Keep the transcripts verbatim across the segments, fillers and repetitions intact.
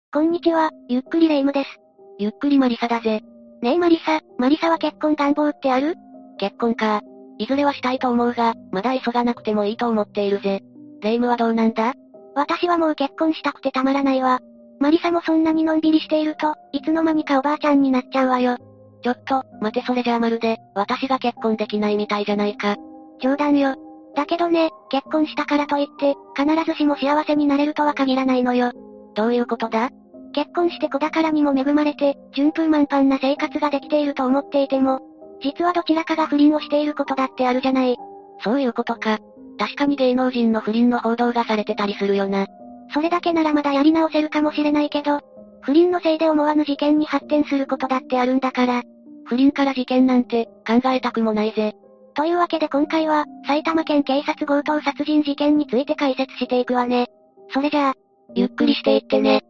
こんにちは、ゆっくりレ夢ムです。 ゆっくりマリサだぜ。 ねえマリサ、マリサは結婚願望ってある？ 結婚か。いずれはしたいと思うが、まだ急がなくてもいいと思っているぜ。レ夢ムはどうなんだ？ 私はもう結婚したくてたまらないわ。マリサもそんなにのんびりしていると、いつの間にかおばあちゃんになっちゃうわよ。 ちょっと、待てそれじゃあまるで、私が結婚できないみたいじゃないか。 冗談よ。だけどね、結婚したからといって、必ずしも幸せになれるとは限らないのよ。 どういうことだ？ 結婚して子宝にも恵まれて、順風満帆な生活ができていると思っていても、実はどちらかが不倫をしていることだってあるじゃない。 そういうことか。確かに芸能人の不倫の報道がされてたりするよな。 それだけならまだやり直せるかもしれないけど、不倫のせいで思わぬ事件に発展することだってあるんだから。 不倫から事件なんて、考えたくもないぜ。 というわけで今回は、埼玉県警察強盗殺人事件について解説していくわね。それじゃあ、 ゆっくりしていってね。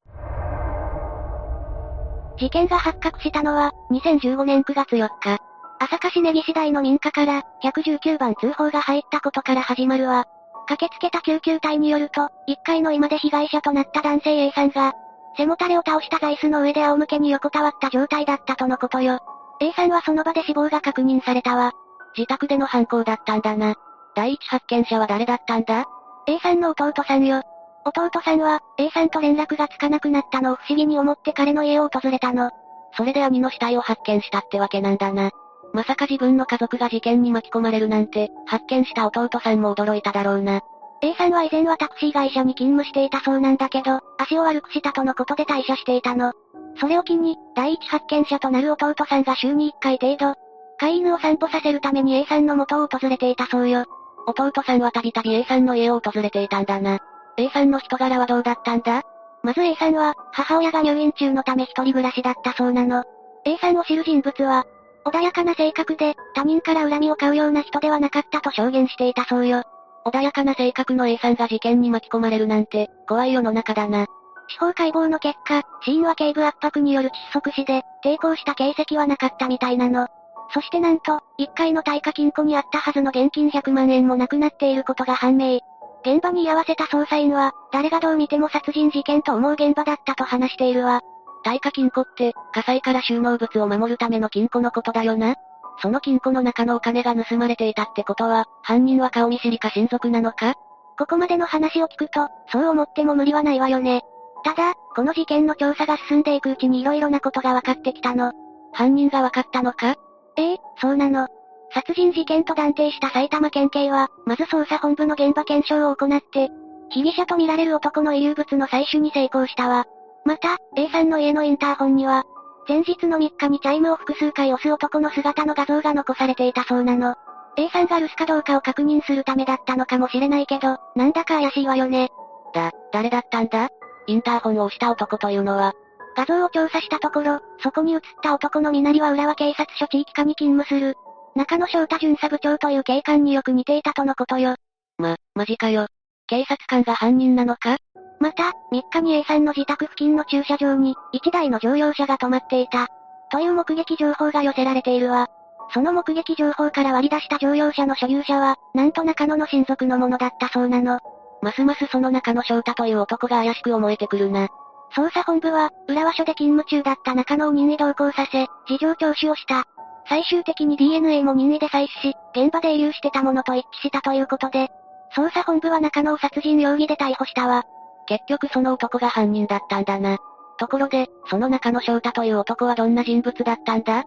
事件が発覚したのは、にせんじゅうごねんくがつよっか。朝霞市根岸台の民家から、ひゃくじゅうきゅうばん通報が入ったことから始まるわ。駆けつけた救急隊によると、いっかいの居間で被害者となった男性 A さんが、背もたれを倒した座椅子の上で仰向けに横たわった状態だったとのことよ。A さんはその場で死亡が確認されたわ。 自宅での犯行だったんだな。第一発見者は誰だったんだ？ A さんの弟さんよ。弟さんは、A さんと連絡がつかなくなったのを不思議に思って彼の家を訪れたの。 それで兄の死体を発見したってわけなんだな。まさか自分の家族が事件に巻き込まれるなんて、発見した弟さんも驚いただろうな。 A さんは以前はタクシー会社に勤務していたそうなんだけど、足を悪くしたとのことで退社していたの。それを機に、第一発見者となる弟さんが週にいっかい程度、飼い犬を散歩させるために A さんの元を訪れていたそうよ。 弟さんはたびたび A さんの家を訪れていたんだな。A さんの人柄はどうだったんだ？ まず A さんは、母親が入院中のため一人暮らしだったそうなの。A さんを知る人物は、穏やかな性格で、他人から恨みを買うような人ではなかったと証言していたそうよ。 穏やかな性格の A さんが事件に巻き込まれるなんて、怖い世の中だな。 司法解剖の結果、死因は頸部圧迫による窒息死で、抵抗した形跡はなかったみたいなの。そしてなんと、いっかいの耐火金庫にあったはずの現金ひゃくまんえんもなくなっていることが判明。現場に居合わせた捜査員は、誰がどう見ても殺人事件と思う現場だったと話しているわ。 耐火金庫って、火災から収納物を守るための金庫のことだよな。その金庫の中のお金が盗まれていたってことは、犯人は顔見知りか親族なのか？ ここまでの話を聞くと、そう思っても無理はないわよね。ただ、この事件の調査が進んでいくうちに色々なことが分かってきたの。 犯人が分かったのか？ ええ、そうなの。殺人事件と断定した埼玉県警は、まず捜査本部の現場検証を行って、被疑者とみられる男の遺留物の採取に成功したわ。また、A さんの家のインターホンには、前日のみっかにチャイムを複数回押す男の姿の画像が残されていたそうなの。A さんが留守かどうかを確認するためだったのかもしれないけど、なんだか怪しいわよね。 だ、誰だったんだ？インターホンを押した男というのは。 画像を調査したところ、そこに映った男の身なりは浦和警察署地域課に勤務する、中野翔太巡査部長という警官によく似ていたとのことよ。 ま、マジかよ。警察官が犯人なのか？ また、みっかに A さんの自宅付近の駐車場に、いちだいの乗用車が止まっていた。という目撃情報が寄せられているわ。その目撃情報から割り出した乗用車の所有者は、なんと中野の親族のものだったそうなの。 ますますその中野翔太という男が怪しく思えてくるな。 捜査本部は、浦和署で勤務中だった中野を任意同行させ、事情聴取をした。最終的に ディーエヌエー も任意で採取し、現場で遺留してたものと一致したということで、捜査本部は中野を殺人容疑で逮捕したわ。 結局その男が犯人だったんだな。ところで、その中野翔太という男はどんな人物だったんだ？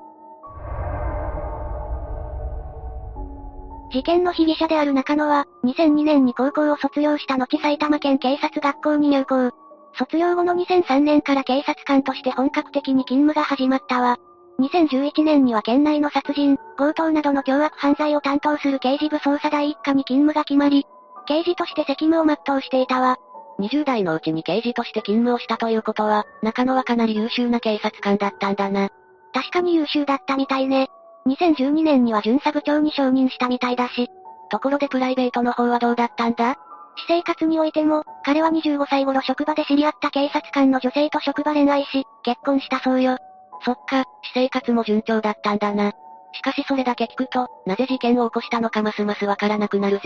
事件の被疑者である中野は、にせんにねんに高校を卒業した後埼玉県警察学校に入校。卒業後のにせんさんねんから警察官として本格的に勤務が始まったわ。にせんじゅういちねんには県内の殺人、強盗などの凶悪犯罪を担当する刑事部捜査第一課に勤務が決まり、刑事として責務を全うしていたわ。 にじゅう代のうちに刑事として勤務をしたということは、中野はかなり優秀な警察官だったんだな。 確かに優秀だったみたいね。にせんじゅうにねんには巡査部長に昇任したみたいだし。 ところでプライベートの方はどうだったんだ？ 私生活においても、彼はにじゅうごさい頃職場で知り合った警察官の女性と職場恋愛し、結婚したそうよ。 そっか、私生活も順調だったんだな。しかしそれだけ聞くと、なぜ事件を起こしたのかますますわからなくなるぜ。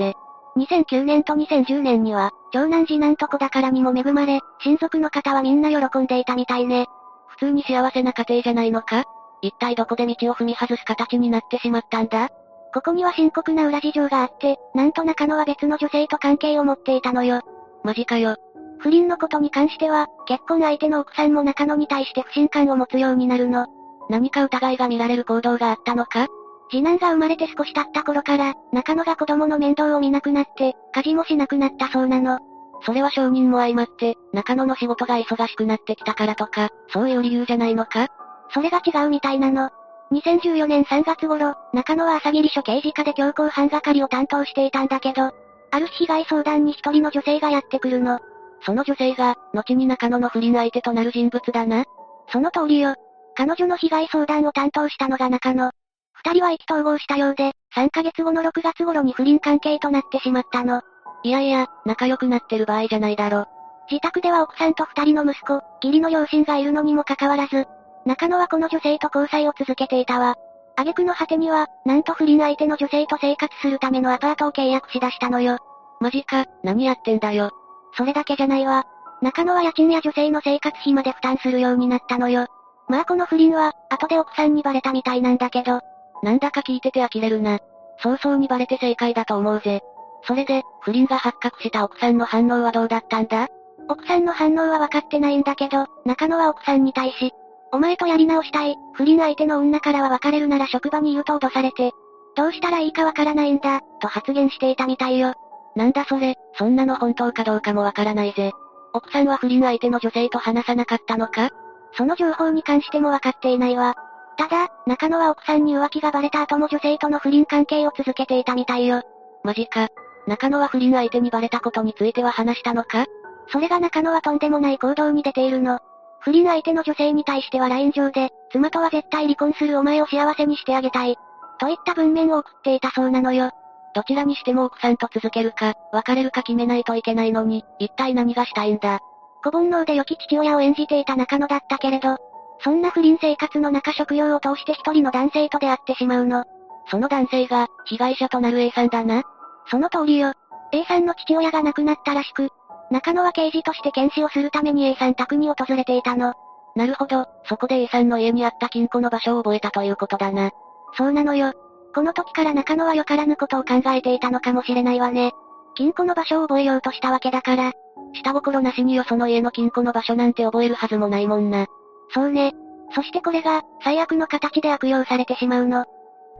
にせんきゅうねんとにせんじゅうねんには、長男次男と子宝にも恵まれ、親族の方はみんな喜んでいたみたいね。 普通に幸せな家庭じゃないのか？一体どこで道を踏み外す形になってしまったんだ？ ここには深刻な裏事情があって、なんと中野は別の女性と関係を持っていたのよ。 マジかよ。 不倫のことに関しては、結婚相手の奥さんも中野に対して不信感を持つようになるの。 何か疑いが見られる行動があったのか？ 次男が生まれて少し経った頃から、中野が子供の面倒を見なくなって、家事もしなくなったそうなの。 それは承認も相まって、中野の仕事が忙しくなってきたからとか、そういう理由じゃないのか？ それが違うみたいなの。にせんじゅうよねんさんがつ頃、中野は朝霧署刑事課で強行犯係を担当していたんだけど、ある日被害相談に一人の女性がやってくるの。 その女性が、後に中野の不倫相手となる人物だな。 その通りよ。彼女の被害相談を担当したのが中野。二人は意気投合したようで、さんかげつごのろくがつ頃に不倫関係となってしまったの。 いやいや、仲良くなってる場合じゃないだろ。 自宅では奥さんと二人の息子、義理の両親がいるのにもかかわらず、中野はこの女性と交際を続けていたわ。挙句の果てには、なんと不倫相手の女性と生活するためのアパートを契約しだしたのよ。 マジか、何やってんだよ。 それだけじゃないわ。中野は家賃や女性の生活費まで負担するようになったのよ。まあこの不倫は、後で奥さんにバレたみたいなんだけど、 なんだか聞いてて呆れるな。早々にバレて正解だと思うぜ。それで、不倫が発覚した奥さんの反応はどうだったんだ？ 奥さんの反応は分かってないんだけど、中野は奥さんに対し、お前とやり直したい、不倫相手の女からは別れるなら職場に言うと脅されて、どうしたらいいかわからないんだ、と発言していたみたいよ。 なんだそれ、そんなの本当かどうかもわからないぜ。奥さんは不倫相手の女性と話さなかったのか？ その情報に関しても分かっていないわ。ただ、中野は奥さんに浮気がバレた後も女性との不倫関係を続けていたみたいよ。 マジか。中野は不倫相手にバレたことについては話したのか？ それが中野はとんでもない行動に出ているの。不倫相手の女性に対しては ライン 上で、妻とは絶対離婚するお前を幸せにしてあげたい。といった文面を送っていたそうなのよ。 どちらにしても奥さんと続けるか、別れるか決めないといけないのに、一体何がしたいんだ？ 子煩悩で良き父親を演じていた中野だったけれど、そんな不倫生活の中食用を通して一人の男性と出会ってしまうの。 その男性が、被害者となる A さんだな。 その通りよ。A さんの父親が亡くなったらしく、中野は刑事として検視をするために A さん宅に訪れていたの。 なるほど、そこで A さんの家にあった金庫の場所を覚えたということだな。 そうなのよ。この時から中野はよからぬことを考えていたのかもしれないわね。金庫の場所を覚えようとしたわけだから。 下心なしによその家の金庫の場所なんて覚えるはずもないもんな。 そうね。そしてこれが、最悪の形で悪用されてしまうの。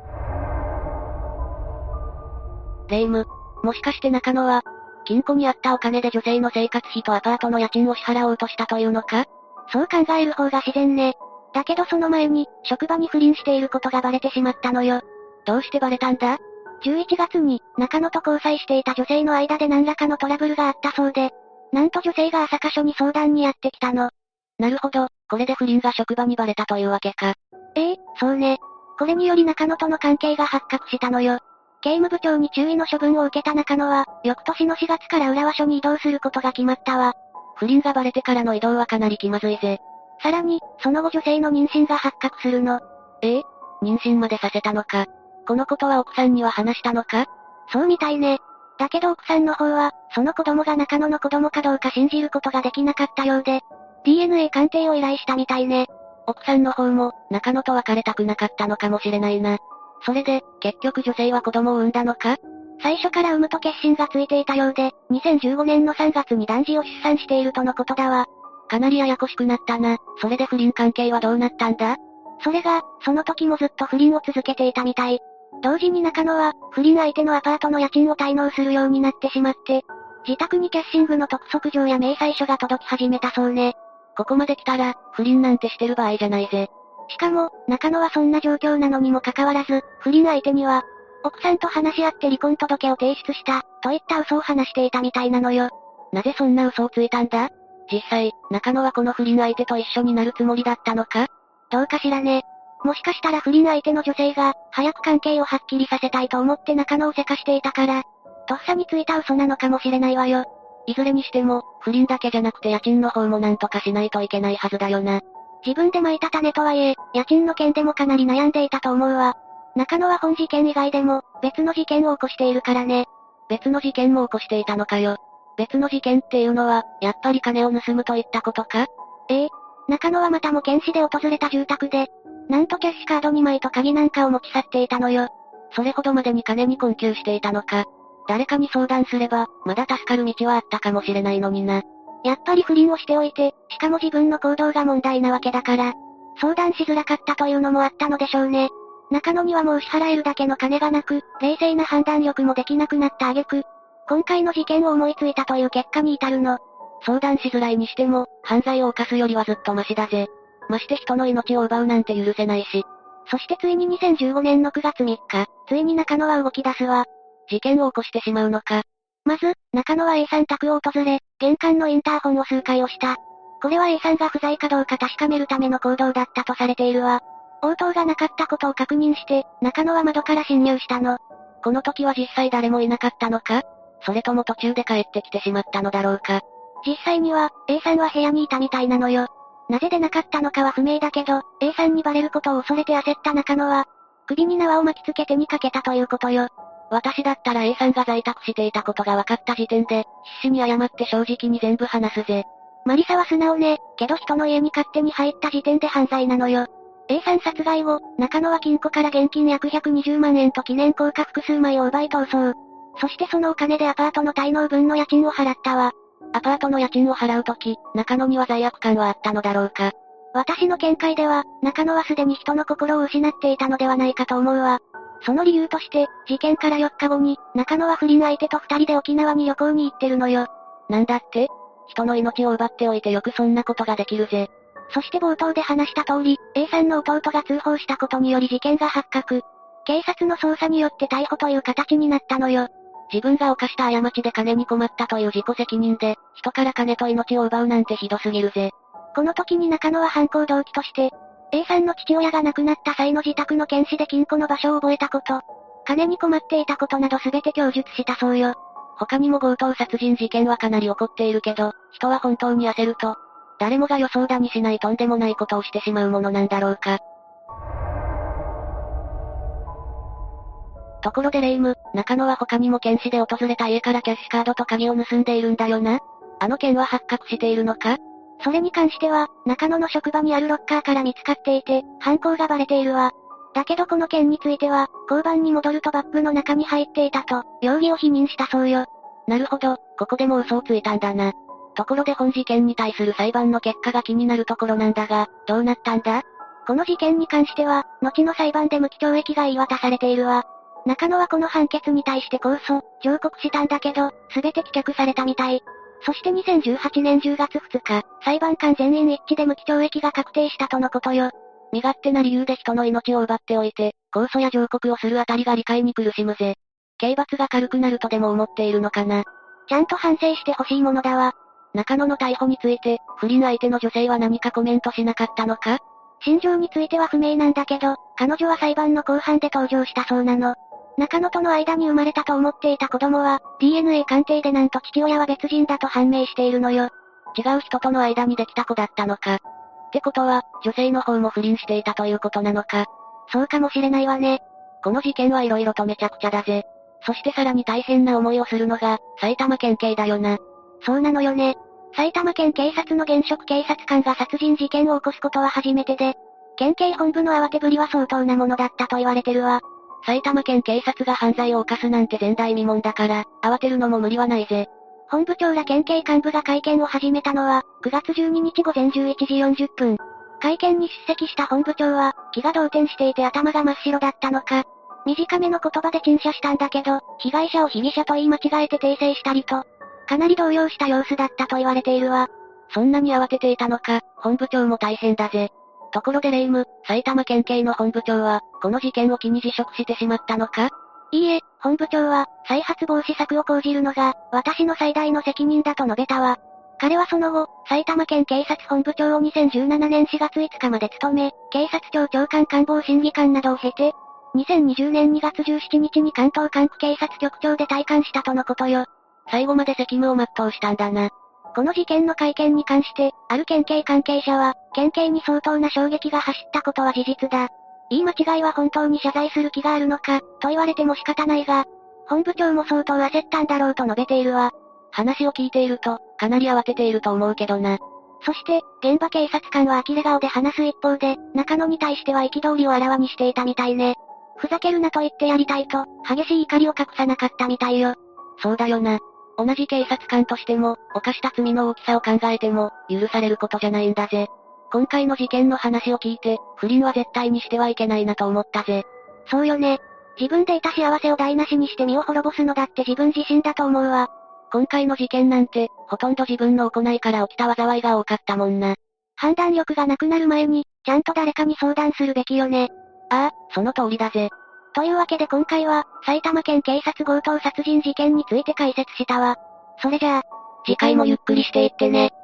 霊夢。もしかして中野は、金庫にあったお金で女性の生活費とアパートの家賃を支払おうとしたというのか？ そう考える方が自然ね。だけどその前に、職場に不倫していることがバレてしまったのよ。 どうしてバレたんだ？ じゅういちがつに、中野と交際していた女性の間で何らかのトラブルがあったそうで、なんと女性が朝霞署に相談にやってきたの。 なるほど、これで不倫が職場にバレたというわけか。 ええ、そうね。これにより中野との関係が発覚したのよ。刑務部長に注意の処分を受けた中野は、翌年のしがつから浦和署に移動することが決まったわ。 不倫がバレてからの移動はかなり気まずいぜ。 さらに、その後女性の妊娠が発覚するの。 ええ？妊娠までさせたのか。このことは奥さんには話したのか？ そうみたいね。だけど奥さんの方は、その子供が中野の子供かどうか信じることができなかったようで、ディーエヌエー 鑑定を依頼したみたいね。 奥さんの方も、中野と別れたくなかったのかもしれないな。それで、結局女性は子供を産んだのか？ 最初から産むと決心がついていたようで、にせんじゅうごねんのさんがつに男児を出産しているとのことだわ。 かなりややこしくなったな。それで不倫関係はどうなったんだ？ それが、その時もずっと不倫を続けていたみたい。同時に中野は、不倫相手のアパートの家賃を滞納するようになってしまって、自宅にキャッシングの督促状や明細書が届き始めたそうね。 ここまで来たら、不倫なんてしてる場合じゃないぜ。 しかも、中野はそんな状況なのにもかかわらず、不倫相手には、奥さんと話し合って離婚届を提出した、といった嘘を話していたみたいなのよ。 なぜそんな嘘をついたんだ？実際、中野はこの不倫相手と一緒になるつもりだったのか？ どうかしらね。もしかしたら不倫相手の女性が、早く関係をはっきりさせたいと思って中野をせかしていたから、とっさについた嘘なのかもしれないわよ。 いずれにしても、不倫だけじゃなくて家賃の方もなんとかしないといけないはずだよな。 自分で蒔いた種とはいえ、家賃の件でもかなり悩んでいたと思うわ。中野は本事件以外でも、別の事件を起こしているからね。 別の事件も起こしていたのかよ。別の事件っていうのは、やっぱり金を盗むといったことか？ ええ。中野はまたも検視で訪れた住宅で、なんとキャッシュカードにまいと鍵なんかを持ち去っていたのよ。 それほどまでに金に困窮していたのか。誰かに相談すれば、まだ助かる道はあったかもしれないのにな。 やっぱり不倫をしておいて、しかも自分の行動が問題なわけだから、相談しづらかったというのもあったのでしょうね。中野にはもう支払えるだけの金がなく、冷静な判断力もできなくなった挙句、今回の事件を思いついたという結果に至るの。 相談しづらいにしても、犯罪を犯すよりはずっとマシだぜ。まして人の命を奪うなんて許せないし。 そしてついににせんじゅうごねんのくがつみっか、ついに中野は動き出すわ。 事件を起こしてしまうのか。 まず、中野は A さん宅を訪れ、玄関のインターホンを数回押した。これは A さんが不在かどうか確かめるための行動だったとされているわ。応答がなかったことを確認して、中野は窓から侵入したの。 この時は実際誰もいなかったのか？それとも途中で帰ってきてしまったのだろうか。 実際には、A さんは部屋にいたみたいなのよ。なぜ出なかったのかは不明だけど、A さんにバレることを恐れて焦った中野は、首に縄を巻きつけ手にかけたということよ。 私だったら A さんが在宅していたことが分かった時点で、必死に謝って正直に全部話すぜ。 マリサは素直ね、けど人の家に勝手に入った時点で犯罪なのよ。A さん殺害後、中野は金庫から現金約ひゃくにじゅうまんえんと記念硬貨複数枚を奪い逃走。そしてそのお金でアパートの滞納分の家賃を払ったわ。 アパートの家賃を払うとき、中野には罪悪感はあったのだろうか。 私の見解では、中野はすでに人の心を失っていたのではないかと思うわ。その理由として、事件からよっかごに、中野は不倫相手と二人で沖縄に旅行に行ってるのよ。 なんだって？人の命を奪っておいてよくそんなことができるぜ。 そして冒頭で話した通り、A さんの弟が通報したことにより事件が発覚。警察の捜査によって逮捕という形になったのよ。 自分が犯した過ちで金に困ったという自己責任で、人から金と命を奪うなんてひどすぎるぜ。 この時に中野は犯行動機として、A さんの父親が亡くなった際の自宅の検視で金庫の場所を覚えたこと、金に困っていたことなど全て供述したそうよ。 他にも強盗殺人事件はかなり起こっているけど、人は本当に焦ると、誰もが予想だにしないとんでもないことをしてしまうものなんだろうか。ところでレイム、中野は他にも検視で訪れた家からキャッシュカードと鍵を盗んでいるんだよな？あの件は発覚しているのか？ それに関しては、中野の職場にあるロッカーから見つかっていて、犯行がバレているわ。だけどこの件については、交番に戻るとバッグの中に入っていたと、容疑を否認したそうよ。 なるほど、ここでも嘘をついたんだな。ところで本事件に対する裁判の結果が気になるところなんだが、どうなったんだ？ この事件に関しては、後の裁判で無期懲役が言い渡されているわ。中野はこの判決に対して控訴、上告したんだけど、すべて棄却されたみたい。そしてにせんじゅうはちねんじゅうがつふつか、裁判官全員一致で無期懲役が確定したとのことよ。 身勝手な理由で人の命を奪っておいて、控訴や上告をするあたりが理解に苦しむぜ。刑罰が軽くなるとでも思っているのかな。 ちゃんと反省してほしいものだわ。 中野の逮捕について、不倫相手の女性は何かコメントしなかったのか？ 心情については不明なんだけど、彼女は裁判の後半で登場したそうなの。中野との間に生まれたと思っていた子供は、ディーエヌエー 鑑定でなんと父親は別人だと判明しているのよ。 違う人との間にできた子だったのか。ってことは、女性の方も不倫していたということなのか。 そうかもしれないわね。 この事件はいろいろとめちゃくちゃだぜ。そしてさらに大変な思いをするのが、埼玉県警だよな。 そうなのよね。埼玉県警察の現職警察官が殺人事件を起こすことは初めてで、県警本部の慌てぶりは相当なものだったと言われてるわ。 埼玉県警察が犯罪を犯すなんて前代未聞だから、慌てるのも無理はないぜ。 本部長ら県警幹部が会見を始めたのは、くがつじゅうににちごぜんじゅういちじよんじゅっぷん。会見に出席した本部長は、気が動転していて頭が真っ白だったのか、短めの言葉で陳謝したんだけど、被害者を被疑者と言い間違えて訂正したりと、かなり動揺した様子だったと言われているわ。 そんなに慌てていたのか、本部長も大変だぜ。ところでレイム、埼玉県警の本部長は、この事件を機に辞職してしまったのか？ いいえ、本部長は、再発防止策を講じるのが、私の最大の責任だと述べたわ。彼はその後、埼玉県警察本部長をにせんじゅうななねんしがついつかまで務め、警察庁長官官房審議官などを経て、にせんにじゅうねんにがつじゅうしちにちに関東管区警察局長で退官したとのことよ。 最後まで責務を全うしたんだな。 この事件の会見に関して、ある県警関係者は、県警に相当な衝撃が走ったことは事実だ。言い間違いは本当に謝罪する気があるのか、と言われても仕方ないが、 本部長も相当焦ったんだろうと述べているわ。 話を聞いていると、かなり慌てていると思うけどな。 そして、現場警察官は呆れ顔で話す一方で、中野に対しては憤りをあらわにしていたみたいね。ふざけるなと言ってやりたいと、激しい怒りを隠さなかったみたいよ。 そうだよな。同じ警察官としても、犯した罪の大きさを考えても、許されることじゃないんだぜ。今回の事件の話を聞いて、不倫は絶対にしてはいけないなと思ったぜ。 そうよね。自分でいた幸せを台無しにして身を滅ぼすのだって自分自身だと思うわ。 今回の事件なんて、ほとんど自分の行いから起きた災いが多かったもんな。 判断力がなくなる前に、ちゃんと誰かに相談するべきよね。 ああ、その通りだぜ。 というわけで今回は、埼玉県警察強盗殺人事件について解説したわ。それじゃあ、 次回もゆっくりしていってね。